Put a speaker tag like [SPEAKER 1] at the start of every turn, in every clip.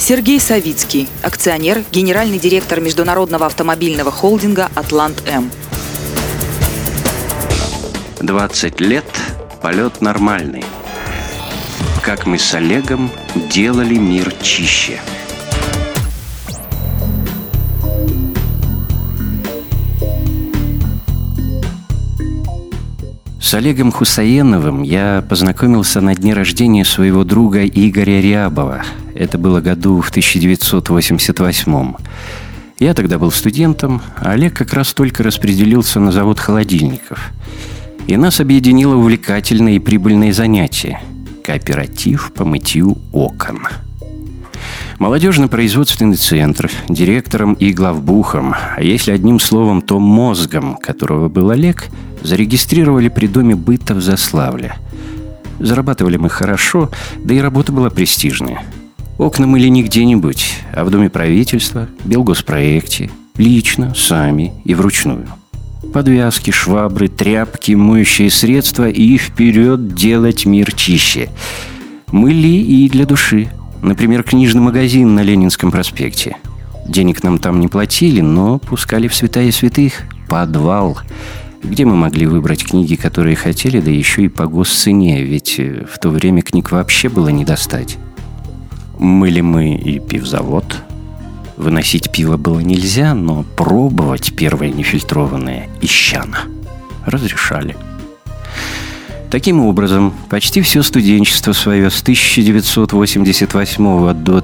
[SPEAKER 1] Сергей Савицкий, акционер, генеральный директор международного автомобильного холдинга «Атлант-М».
[SPEAKER 2] 20 лет – полет нормальный. Как мы с Олегом делали мир чище. С Олегом Хусаеновым я познакомился на дне рождения своего друга Игоря Рябова. Это было году в 1988. Я тогда был студентом, а Олег как раз только распределился на завод холодильников. И нас объединило увлекательное и прибыльное занятие – кооператив по мытью окон. Молодежно-производственный центр, директором и главбухом, а если одним словом, то мозгом, которого был Олег, зарегистрировали при доме быта в Заславле. Зарабатывали мы хорошо, да и работа была престижная. Окна мыли не где-нибудь, а в доме правительства, Белгоспроекте, лично, сами и вручную. Подвязки, швабры, тряпки, моющие средства и вперед делать мир чище. Мыли и для души. Например, книжный магазин на Ленинском проспекте. Денег нам там не платили, но пускали в святая святых – подвал, где мы могли выбрать книги, которые хотели, да еще и по госцене, ведь в то время книг вообще было не достать. Мыли мы и пивзавод. Выносить пиво было нельзя, но пробовать первое нефильтрованное ищано разрешали. Таким образом, почти все студенчество свое с 1988 до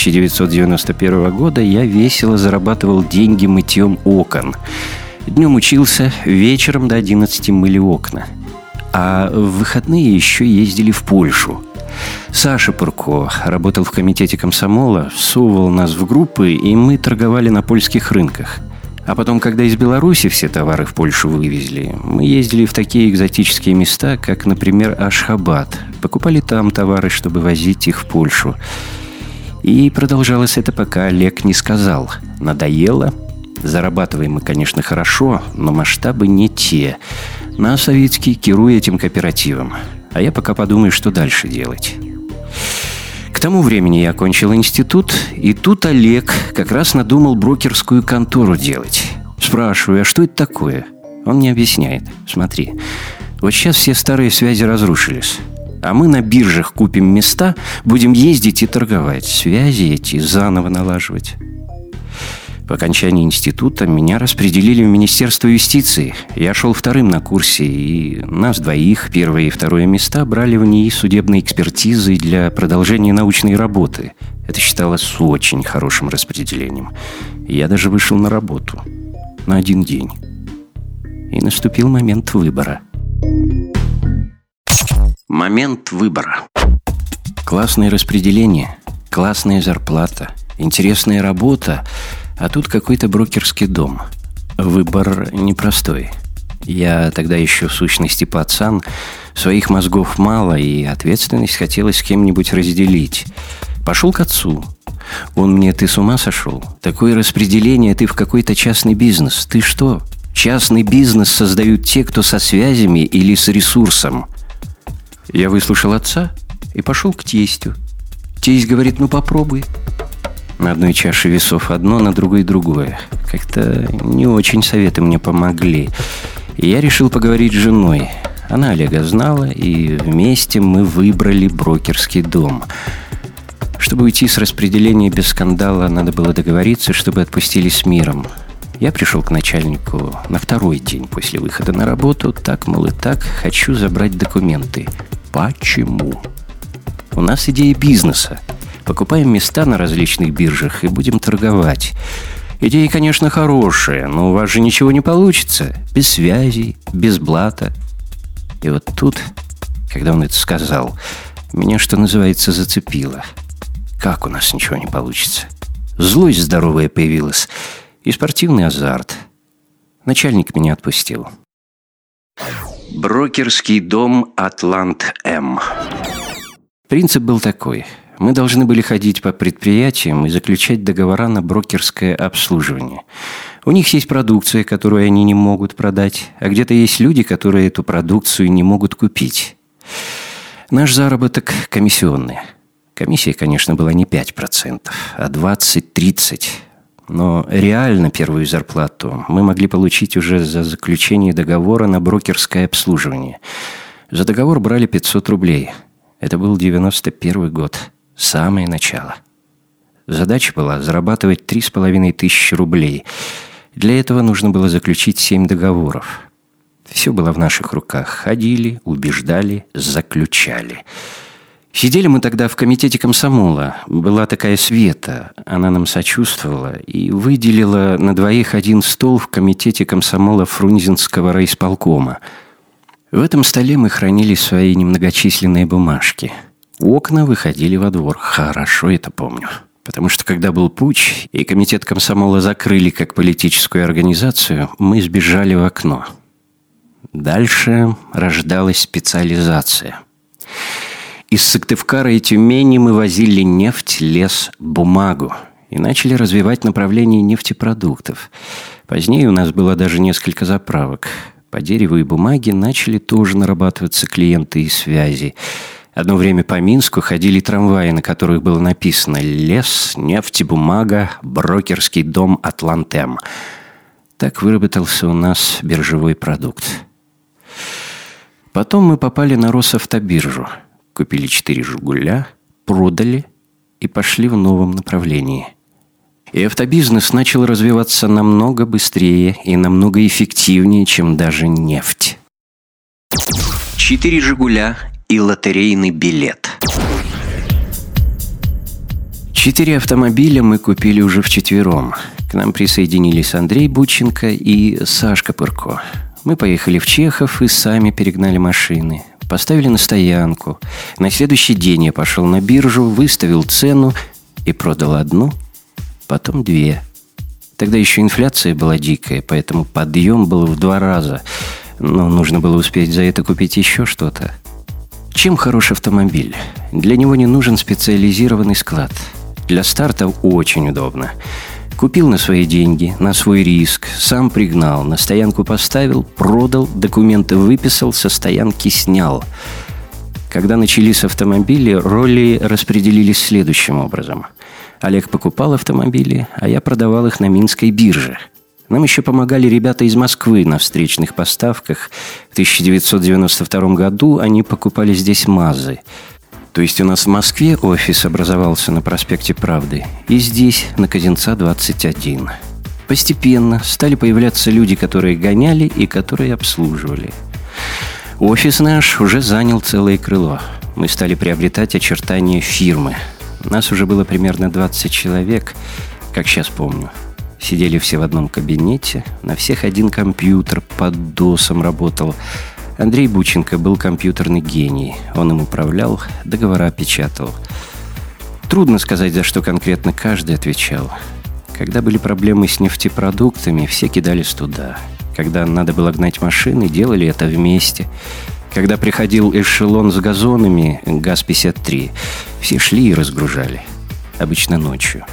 [SPEAKER 2] 1991 года я весело зарабатывал деньги мытьем окон. Днем учился, вечером до 11 мыли окна. А в выходные еще ездили в Польшу. Саша Пурко работал в комитете комсомола, всовывал нас в группы, и мы торговали на польских рынках. А потом, когда из Беларуси все товары в Польшу вывезли, мы ездили в такие экзотические места, как, например, Ашхабад. Покупали там товары, чтобы возить их в Польшу. И продолжалось это, пока Олег не сказал: «Надоело. Зарабатываем мы, конечно, хорошо, но масштабы не те. На, Савицкий, керуй этим кооперативом. А я пока подумаю, что дальше делать». К тому времени я окончил институт, и тут Олег как раз надумал брокерскую контору делать. Спрашиваю: а что это такое? Он мне объясняет: смотри, вот сейчас все старые связи разрушились, а мы на биржах купим места, будем ездить и торговать, связи эти заново налаживать. По окончании института меня распределили в Министерство юстиции. Я шел вторым на курсе, и нас двоих, первое и второе места, брали в НИИ судебной экспертизы для продолжения научной работы. Это считалось очень хорошим распределением. Я даже вышел на работу. На 1 день. И наступил момент выбора. Момент выбора. Классное распределение, классная зарплата, интересная работа. А тут какой-то брокерский дом. Выбор непростой. Я тогда еще в сущности пацан, своих мозгов мало, и ответственность хотелось с кем-нибудь разделить. Пошел к отцу. Он мне: ты с ума сошел? Такое распределение, ты в какой-то частный бизнес. Ты что? Частный бизнес создают те, кто со связями или с ресурсом. Я выслушал отца и пошел к тестю. Тесть говорит: ну попробуй. На одной чаше весов одно, на другой другое. Как-то не очень советы мне помогли. И я решил поговорить с женой. Она Олега знала, и вместе мы выбрали брокерский дом. Чтобы уйти с распределения без скандала, надо было договориться, чтобы отпустили с миром. Я пришел к начальнику на 2-й день после выхода на работу. Так, мол, и так, хочу забрать документы. Почему? У нас идея бизнеса. Покупаем места на различных биржах и будем торговать. Идея, конечно, хорошая, но у вас же ничего не получится. Без связей, без блата. И вот тут, когда он это сказал, меня, что называется, зацепило. Как у нас ничего не получится? Злость здоровая появилась и спортивный азарт. Начальник меня отпустил. Брокерский дом «Атлант-М». Принцип был такой. Мы должны были ходить по предприятиям и заключать договора на брокерское обслуживание. У них есть продукция, которую они не могут продать, а где-то есть люди, которые эту продукцию не могут купить. Наш заработок комиссионный. Комиссия, конечно, была не 5%, а 20-30%. Но реально первую зарплату мы могли получить уже за заключение договора на брокерское обслуживание. За договор брали 500 рублей. Это был 91 год, самое начало. Задача была зарабатывать 3500 рублей. Для этого нужно было заключить 7 договоров. Все было в наших руках. Ходили, убеждали, заключали. Сидели мы тогда в комитете комсомола. Была такая Света. Она нам сочувствовала и выделила на двоих один стол в комитете комсомола Фрунзенского райисполкома. В этом столе мы хранили свои немногочисленные бумажки. Окна выходили во двор. Хорошо это помню. Потому что когда был путч, и комитет комсомола закрыли как политическую организацию, мы сбежали в окно. Дальше рождалась специализация. Из Сыктывкара и Тюмени мы возили нефть, лес, бумагу и начали развивать направление нефтепродуктов. Позднее у нас было даже несколько заправок. По дереву и бумаге начали тоже нарабатываться клиенты и связи. Одно время по Минску ходили трамваи, на которых было написано «Лес, нефть, бумага, брокерский дом Атлантем». Так выработался у нас биржевой продукт. Потом мы попали на Росавтобиржу. Купили 4 «Жигуля», продали и пошли в новом направлении. И автобизнес начал развиваться намного быстрее и намного эффективнее, чем даже нефть. 4 «Жигуля» и лотерейный билет. 4 автомобиля мы купили уже вчетвером. К нам присоединились Андрей Бученко и Сашка Пырко. Мы поехали в Чехов и сами перегнали машины. Поставили на стоянку. На следующий день я пошел на биржу, выставил цену и продал одну, потом 2. Тогда еще инфляция была дикая, поэтому подъем был в 2 раза. Но нужно было успеть за это купить еще что-то. Чем хорош автомобиль? Для него не нужен специализированный склад. Для старта очень удобно. Купил на свои деньги, на свой риск, сам пригнал, на стоянку поставил, продал, документы выписал, со стоянки снял. Когда начались автомобили, роли распределились следующим образом. Олег покупал автомобили, а я продавал их на Минской бирже. Нам еще помогали ребята из Москвы на встречных поставках. В 1992 году они покупали здесь МАЗы. То есть у нас в Москве офис образовался на проспекте Правды, и здесь, на Козинца, 21. Постепенно стали появляться люди, которые гоняли и которые обслуживали. Офис наш уже занял целое крыло. Мы стали приобретать очертания фирмы. Нас уже было примерно 20 человек, как сейчас помню. Сидели все в одном кабинете, на всех один компьютер под досом работал. Андрей Бученко был компьютерный гений. Он им управлял, договора печатал. Трудно сказать, за что конкретно каждый отвечал. Когда были проблемы с нефтепродуктами, все кидались туда. Когда надо было гнать машины, делали это вместе. Когда приходил эшелон с газонами, ГАЗ-53, все шли и разгружали. Обычно ночью.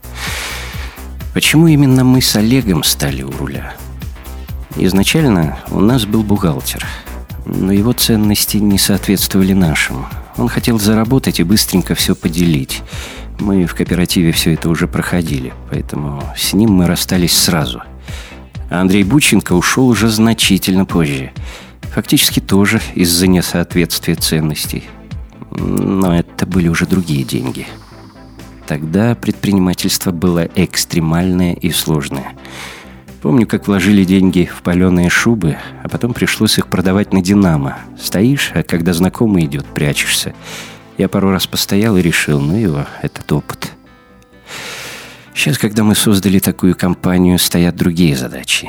[SPEAKER 2] Почему именно мы с Олегом стали у руля? Изначально у нас был бухгалтер, но его ценности не соответствовали нашим. Он хотел заработать и быстренько все поделить. Мы в кооперативе все это уже проходили, поэтому с ним мы расстались сразу. А Андрей Бученко ушел уже значительно позже. Фактически тоже из-за несоответствия ценностей. Но это были уже другие деньги. Тогда предпринимательство было экстремальное и сложное. Помню, как вложили деньги в паленые шубы, а потом пришлось их продавать на «Динамо». Стоишь, а когда знакомый идет, прячешься. Я пару раз постоял и решил, ну его, этот опыт. Сейчас, когда мы создали такую компанию, стоят другие задачи.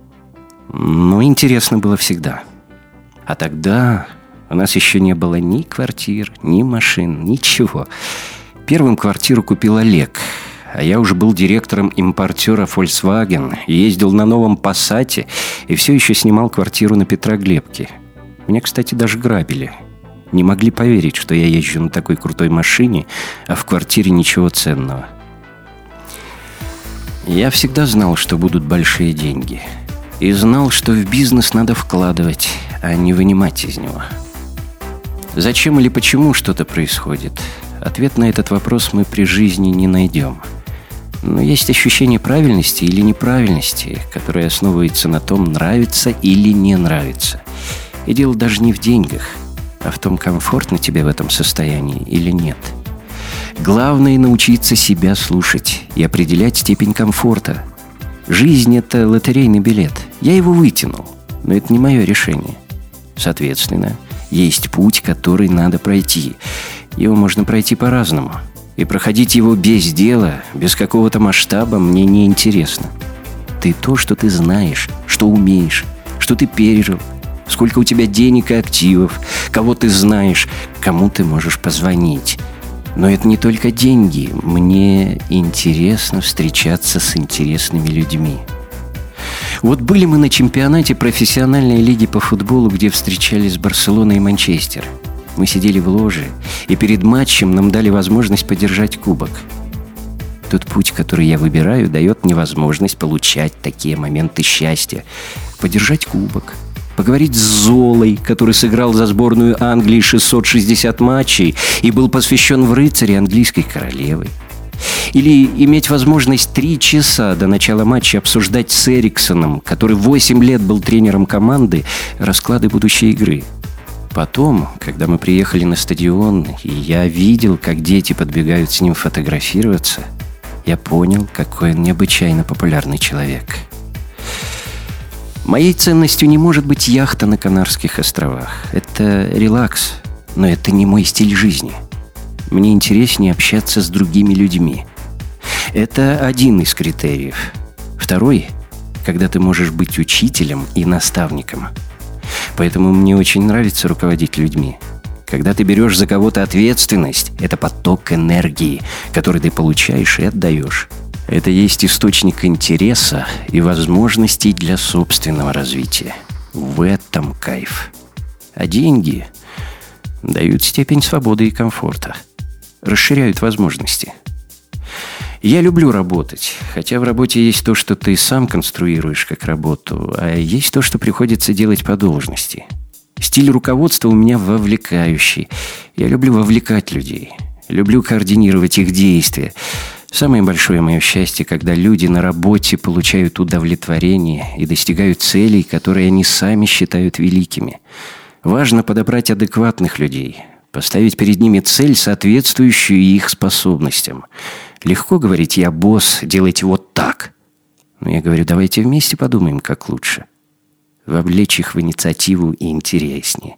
[SPEAKER 2] Но интересно было всегда. А тогда у нас еще не было ни квартир, ни машин, ничего. Первым квартиру купил Олег, а я уже был директором импортера Volkswagen, ездил на новом Passat и все еще снимал квартиру на Петроглебке. Меня, кстати, даже грабили. Не могли поверить, что я езжу на такой крутой машине, а в квартире ничего ценного. Я всегда знал, что будут большие деньги. И знал, что в бизнес надо вкладывать, а не вынимать из него. Зачем или почему что-то происходит? Ответ на этот вопрос мы при жизни не найдем. Но есть ощущение правильности или неправильности, которое основывается на том, нравится или не нравится. И дело даже не в деньгах, а в том, комфортно тебе в этом состоянии или нет. Главное — научиться себя слушать и определять степень комфорта. Жизнь — это лотерейный билет. Я его вытянул, но это не мое решение. Соответственно, есть путь, который надо пройти. Его можно пройти по-разному. И проходить его без дела, без какого-то масштаба, мне не интересно. Ты то, что ты знаешь, что умеешь, что ты пережил, сколько у тебя денег и активов, кого ты знаешь, кому ты можешь позвонить. Но это не только деньги. Мне интересно встречаться с интересными людьми. Вот были мы на чемпионате профессиональной лиги по футболу, где встречались Барселона и Манчестер. Мы сидели в ложе, и перед матчем нам дали возможность подержать кубок. Тот путь, который я выбираю, дает мне возможность получать такие моменты счастья. Подержать кубок, поговорить с Золой, который сыграл за сборную Англии 660 матчей и был посвящен в рыцаре английской королевы. Или иметь возможность 3 часа до начала матча обсуждать с Эриксоном, который 8 лет был тренером команды, расклады будущей игры. Потом, когда мы приехали на стадион, и я видел, как дети подбегают с ним фотографироваться, я понял, какой он необычайно популярный человек. Моей ценностью не может быть яхта на Канарских островах. Это релакс, но это не мой стиль жизни. Мне интереснее общаться с другими людьми. Это один из критериев. Второй — когда ты можешь быть учителем и наставником. Поэтому мне очень нравится руководить людьми. Когда ты берешь за кого-то ответственность, это поток энергии, который ты получаешь и отдаешь. Это есть источник интереса и возможностей для собственного развития. В этом кайф. А деньги дают степень свободы и комфорта. Расширяют возможности. Я люблю работать, хотя в работе есть то, что ты сам конструируешь как работу, а есть то, что приходится делать по должности. Стиль руководства у меня вовлекающий. Я люблю вовлекать людей. Люблю координировать их действия. Самое большое мое счастье, когда люди на работе получают удовлетворение и достигают целей, которые они сами считают великими. Важно подобрать адекватных людей, поставить перед ними цель, соответствующую их способностям. Легко говорить: я босс, делайте вот так. Но я говорю: давайте вместе подумаем, как лучше. Вовлечь их в инициативу и интереснее.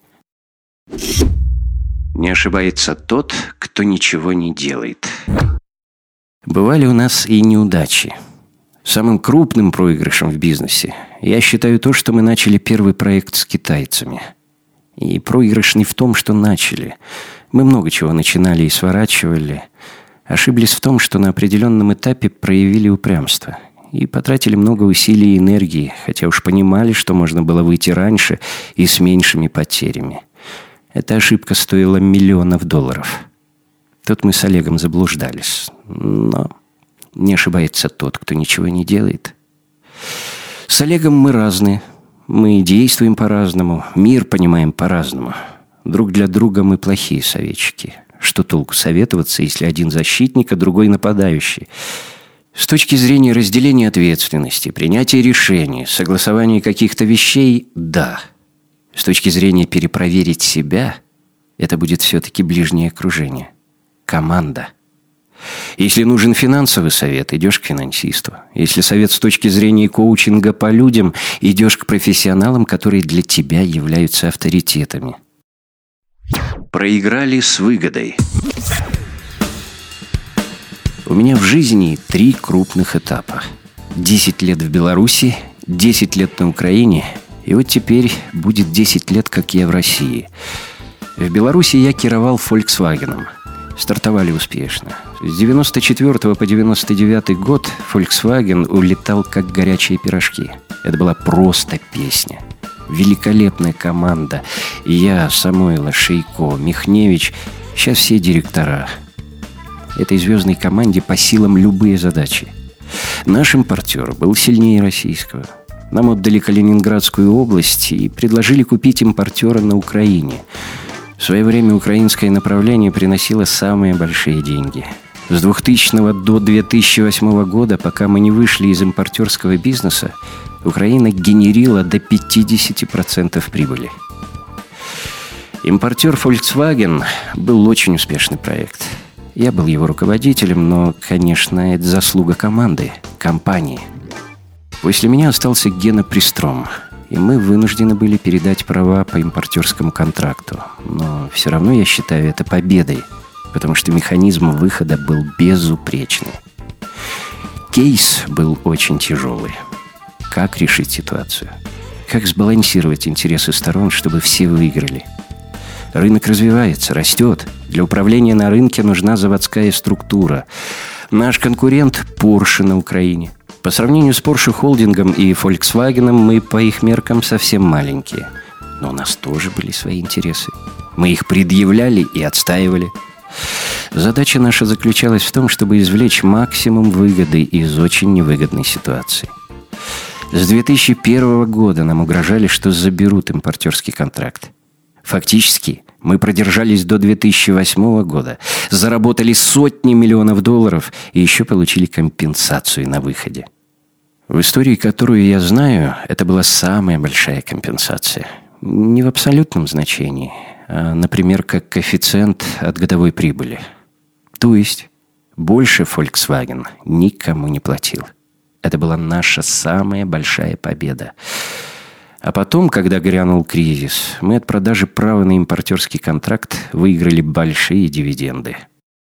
[SPEAKER 2] Не ошибается тот, кто ничего не делает. Бывали у нас и неудачи. Самым крупным проигрышем в бизнесе я считаю то, что мы начали первый проект с китайцами. И проигрыш не в том, что начали. Мы много чего начинали и сворачивали. Ошиблись в том, что на определенном этапе проявили упрямство и потратили много усилий и энергии, хотя уж понимали, что можно было выйти раньше и с меньшими потерями. Эта ошибка стоила $миллионов. Тут мы с Олегом заблуждались. Но не ошибается тот, кто ничего не делает. С Олегом мы разные. Мы действуем по-разному, мир понимаем по-разному. Друг для друга мы плохие советчики. Что толку советоваться, если один защитник, а другой нападающий? С точки зрения разделения ответственности, принятия решений, согласования каких-то вещей – да. С точки зрения перепроверить себя – это будет все-таки ближнее окружение. Команда. Если нужен финансовый совет, идешь к финансисту. Если совет с точки зрения коучинга по людям, идешь к профессионалам, которые для тебя являются авторитетами. Проиграли с выгодой. У меня в жизни 3 крупных этапа. 10 лет в Беларуси, 10 лет на Украине, и вот теперь будет 10 лет, как я в России. В Беларуси я кировал Volkswagen. Стартовали успешно. С 94 по 99 год Volkswagen улетал как горячие пирожки. Это была просто песня. Великолепная команда. Я, Самойлов, Шейко, Михневич. Сейчас все директора. Этой звездной команде по силам любые задачи. Наш импортер был сильнее российского. Нам отдали Калининградскую область и предложили купить импортера на Украине. В свое время украинское направление приносило самые большие деньги. С 2000 до 2008 года, пока мы не вышли из импортерского бизнеса, Украина генерила до 50% прибыли. Импортер Volkswagen был очень успешный проект. Я был его руководителем, но, конечно, это заслуга команды, компании. После меня остался Гена Пристром, и мы вынуждены были передать права по импортерскому контракту. Но все равно я считаю это победой, потому что механизм выхода был безупречный. Кейс был очень тяжелый. Как решить ситуацию? Как сбалансировать интересы сторон, чтобы все выиграли? Рынок развивается, растет. Для управления на рынке нужна заводская структура. Наш конкурент – Porsche на Украине. По сравнению с Porsche холдингом и Volkswagen мы по их меркам совсем маленькие. Но у нас тоже были свои интересы. Мы их предъявляли и отстаивали. Задача наша заключалась в том, чтобы извлечь максимум выгоды из очень невыгодной ситуации. С 2001 года нам угрожали, что заберут импортерский контракт. Фактически, мы продержались до 2008 года, заработали сотни миллионов долларов и еще получили компенсацию на выходе. В истории, которую я знаю, это была самая большая компенсация. Не в абсолютном значении, а, например, как коэффициент от годовой прибыли. То есть, больше Volkswagen никому не платил. Это была наша самая большая победа. А потом, когда грянул кризис, мы от продажи права на импортерский контракт выиграли большие дивиденды.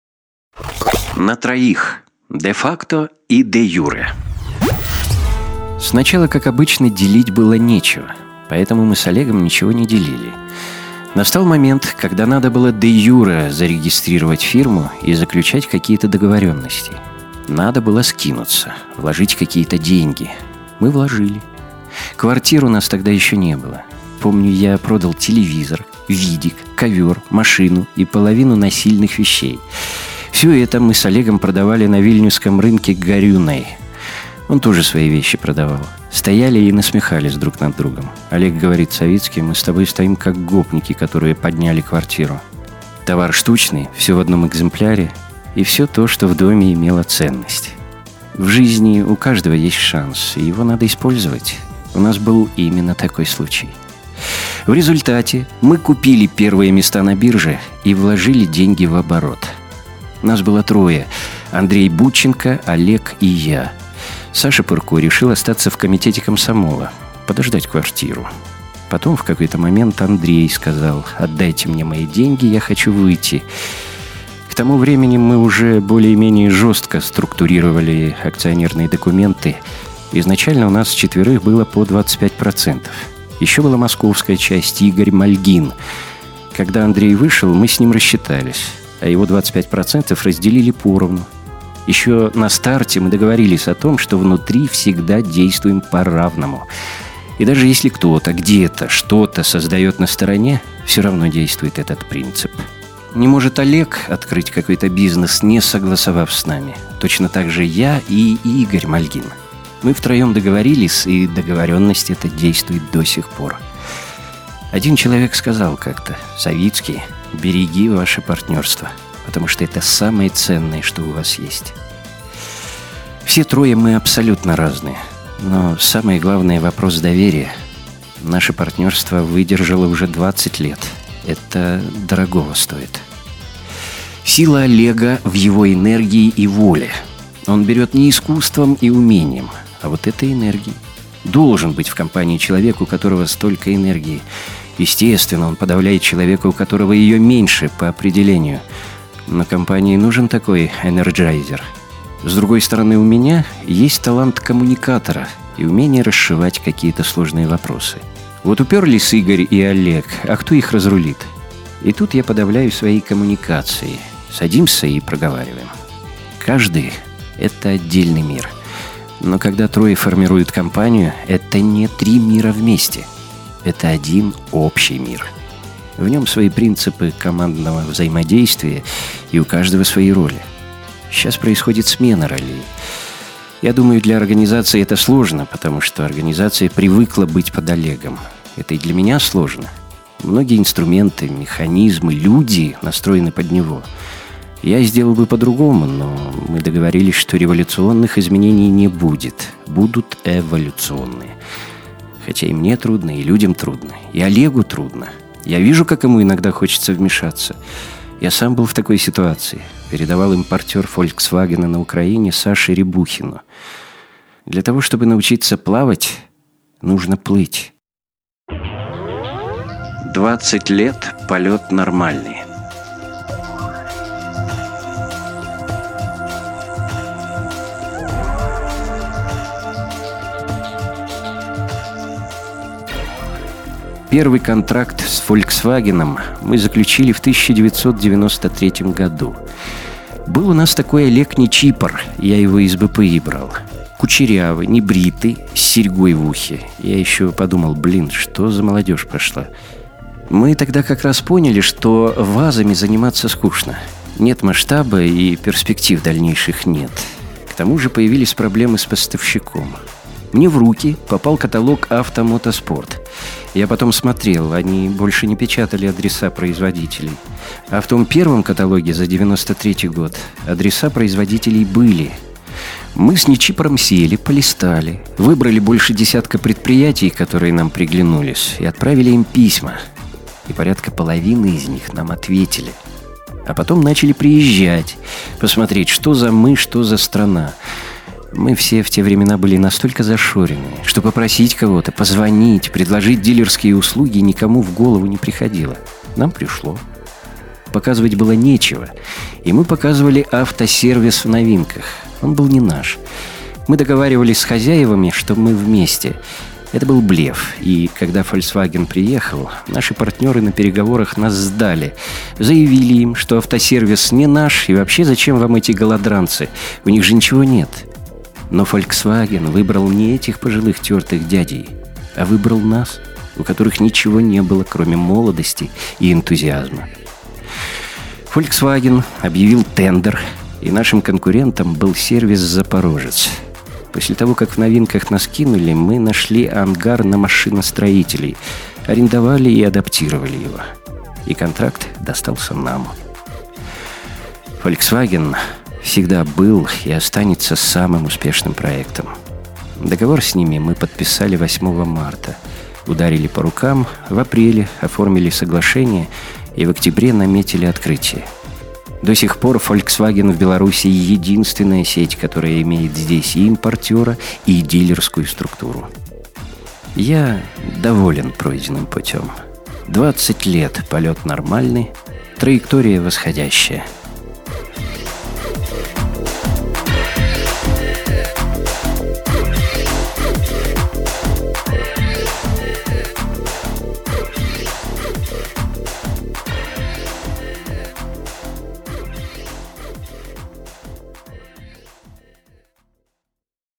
[SPEAKER 2] На троих. Де-факто и де-юре. Сначала, как обычно, делить было нечего, поэтому мы с Олегом ничего не делили. Настал момент, когда надо было де-юре зарегистрировать фирму и заключать какие-то договоренности. Надо было скинуться, вложить какие-то деньги. Мы вложили. Квартир у нас тогда еще не было. Помню, я продал телевизор, видик, ковер, машину и половину насильных вещей. Все это мы с Олегом продавали на вильнюсском рынке Горюной. Он тоже свои вещи продавал. Стояли и насмехались друг над другом. Олег говорит: Савицкий, мы с тобой стоим как гопники, которые подняли квартиру. Товар штучный, все в одном экземпляре, и все то, что в доме имело ценность. В жизни у каждого есть шанс, и его надо использовать. У нас был именно такой случай. В результате мы купили первые места на бирже и вложили деньги в оборот. Нас было трое: Андрей Будченко, Олег и я. Саша Пырко решил остаться в комитете комсомола, подождать квартиру. Потом в какой-то момент Андрей сказал: «Отдайте мне мои деньги, я хочу выйти». К тому времени мы уже более-менее жестко структурировали акционерные документы. Изначально у нас с четверых было по 25%. Еще была московская часть, Игорь Мальгин. Когда Андрей вышел, мы с ним рассчитались, а его 25% разделили поровну. Еще на старте мы договорились о том, что внутри всегда действуем по-равному. И даже если кто-то где-то что-то создает на стороне, все равно действует этот принцип. Не может Олег открыть какой-то бизнес, не согласовав с нами. Точно так же я и Игорь Мальгин. Мы втроем договорились, и договоренность эта действует до сих пор. Один человек сказал как-то: «Савицкий, береги ваше партнерство, потому что это самое ценное, что у вас есть». Все трое мы абсолютно разные, но самое главное — вопрос доверия. Наше партнерство выдержало уже 20 лет. Это дорогого стоит. Сила Олега в его энергии и воле. Он берет не искусством и умением, а вот этой энергией. Должен быть в компании человек, у которого столько энергии. Естественно, он подавляет человека, у которого ее меньше по определению. Но компании нужен такой энерджайзер. С другой стороны, у меня есть талант коммуникатора и умение расшивать какие-то сложные вопросы. Вот уперлись Игорь и Олег, а кто их разрулит? И тут я подавляю свои коммуникации. Садимся и проговариваем. Каждый — это отдельный мир. Но когда трое формируют компанию, это не 3 мира вместе. Это один общий мир. В нем свои принципы командного взаимодействия, и у каждого свои роли. Сейчас происходит смена ролей. Я думаю, для организации это сложно, потому что организация привыкла быть под Олегом. Это и для меня сложно. Многие инструменты, механизмы, люди настроены под него. Я сделал бы по-другому, но мы договорились, что революционных изменений не будет. Будут эволюционные. Хотя и мне трудно, и людям трудно, и Олегу трудно. Я вижу, как ему иногда хочется вмешаться. Я сам был в такой ситуации. Передавал импортер Volkswagen на Украине Саше Рябухину. Для того, чтобы научиться плавать, нужно плыть. 20 лет полет нормальный. Первый контракт с Volkswagen мы заключили в 1993 году. Был у нас такой Олег Нечипор, я его из БПИ брал. Кучерявый, небритый, с серьгой в ухе. Я еще подумал, что за молодежь прошла. Мы тогда как раз поняли, что ВАЗами заниматься скучно. Нет масштаба и перспектив дальнейших нет. К тому же появились проблемы с поставщиком. Мне в руки попал каталог «Автомотоспорт». Я потом смотрел, они больше не печатали адреса производителей. А в том первом каталоге за 93 год адреса производителей были. Мы с Нечипором сели, полистали, выбрали больше десятка предприятий, которые нам приглянулись, и отправили им письма. И порядка половины из них нам ответили. А потом начали приезжать, посмотреть, что за мы, что за страна. Мы все в те времена были настолько зашорены, что попросить кого-то, позвонить, предложить дилерские услуги никому в голову не приходило. Нам пришло. Показывать было нечего, и мы показывали автосервис в новинках. Он был не наш. Мы договаривались с хозяевами, что мы вместе. Это был блеф, и когда Volkswagen приехал, наши партнеры на переговорах нас сдали. Заявили им, что автосервис не наш, и вообще зачем вам эти голодранцы? У них же ничего нет. Но Volkswagen выбрал не этих пожилых тертых дядей, а выбрал нас, у которых ничего не было, кроме молодости и энтузиазма. Volkswagen объявил тендер, и нашим конкурентом был сервис «Запорожец». После того, как в новинках нас кинули, мы нашли ангар на машиностроителей, арендовали и адаптировали его. И контракт достался нам. Volkswagen всегда был и останется самым успешным проектом. Договор с ними мы подписали 8 марта. Ударили по рукам, в апреле оформили соглашение и в октябре наметили открытие. До сих пор Volkswagen в Беларуси единственная сеть, которая имеет здесь и импортера, и дилерскую структуру. Я доволен пройденным путем. 20 лет полет нормальный, траектория восходящая.